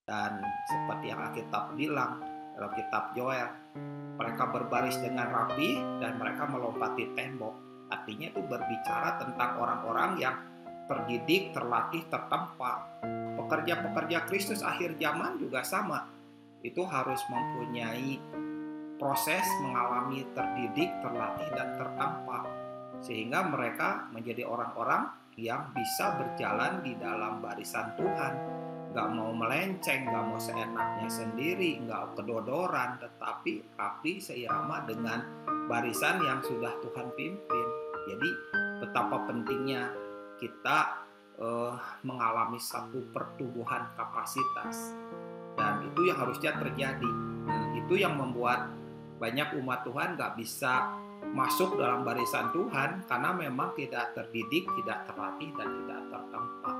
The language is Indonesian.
Dan seperti yang Alkitab bilang dalam kitab Yoel, mereka berbaris dengan rapi dan mereka melompati tembok. Artinya itu berbicara tentang orang-orang yang terdidik, terlatih, tertempa. Pekerja-pekerja Kristus akhir zaman juga sama. Itu harus mempunyai proses mengalami terdidik, terlatih, dan tertempa. Sehingga mereka menjadi orang-orang yang bisa berjalan di dalam barisan Tuhan. Gak mau melenceng, gak mau seenaknya sendiri, gak kedodoran, tetapi rapi seirama dengan barisan yang sudah Tuhan pimpin. Jadi betapa pentingnya kita mengalami satu pertumbuhan kapasitas, dan itu yang harusnya terjadi. Itu yang membuat banyak umat Tuhan gak bisa masuk dalam barisan Tuhan karena memang tidak terdidik, tidak terlatih, dan tidak tertempa.